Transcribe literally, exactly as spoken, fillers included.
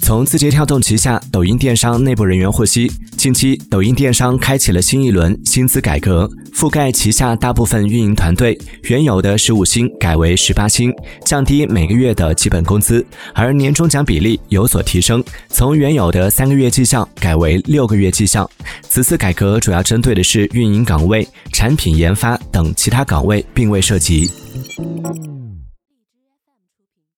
从字节跳动旗下抖音电商内部人员获悉，近期抖音电商开启了新一轮薪资改革，覆盖旗下大部分运营团队，原有的十五薪改为十八薪，降低每个月的基本工资，而年终奖比例有所提升，从原有的三个月绩效改为六个月绩效。此次改革主要针对的是运营岗位、产品研发等其他岗位并未涉及。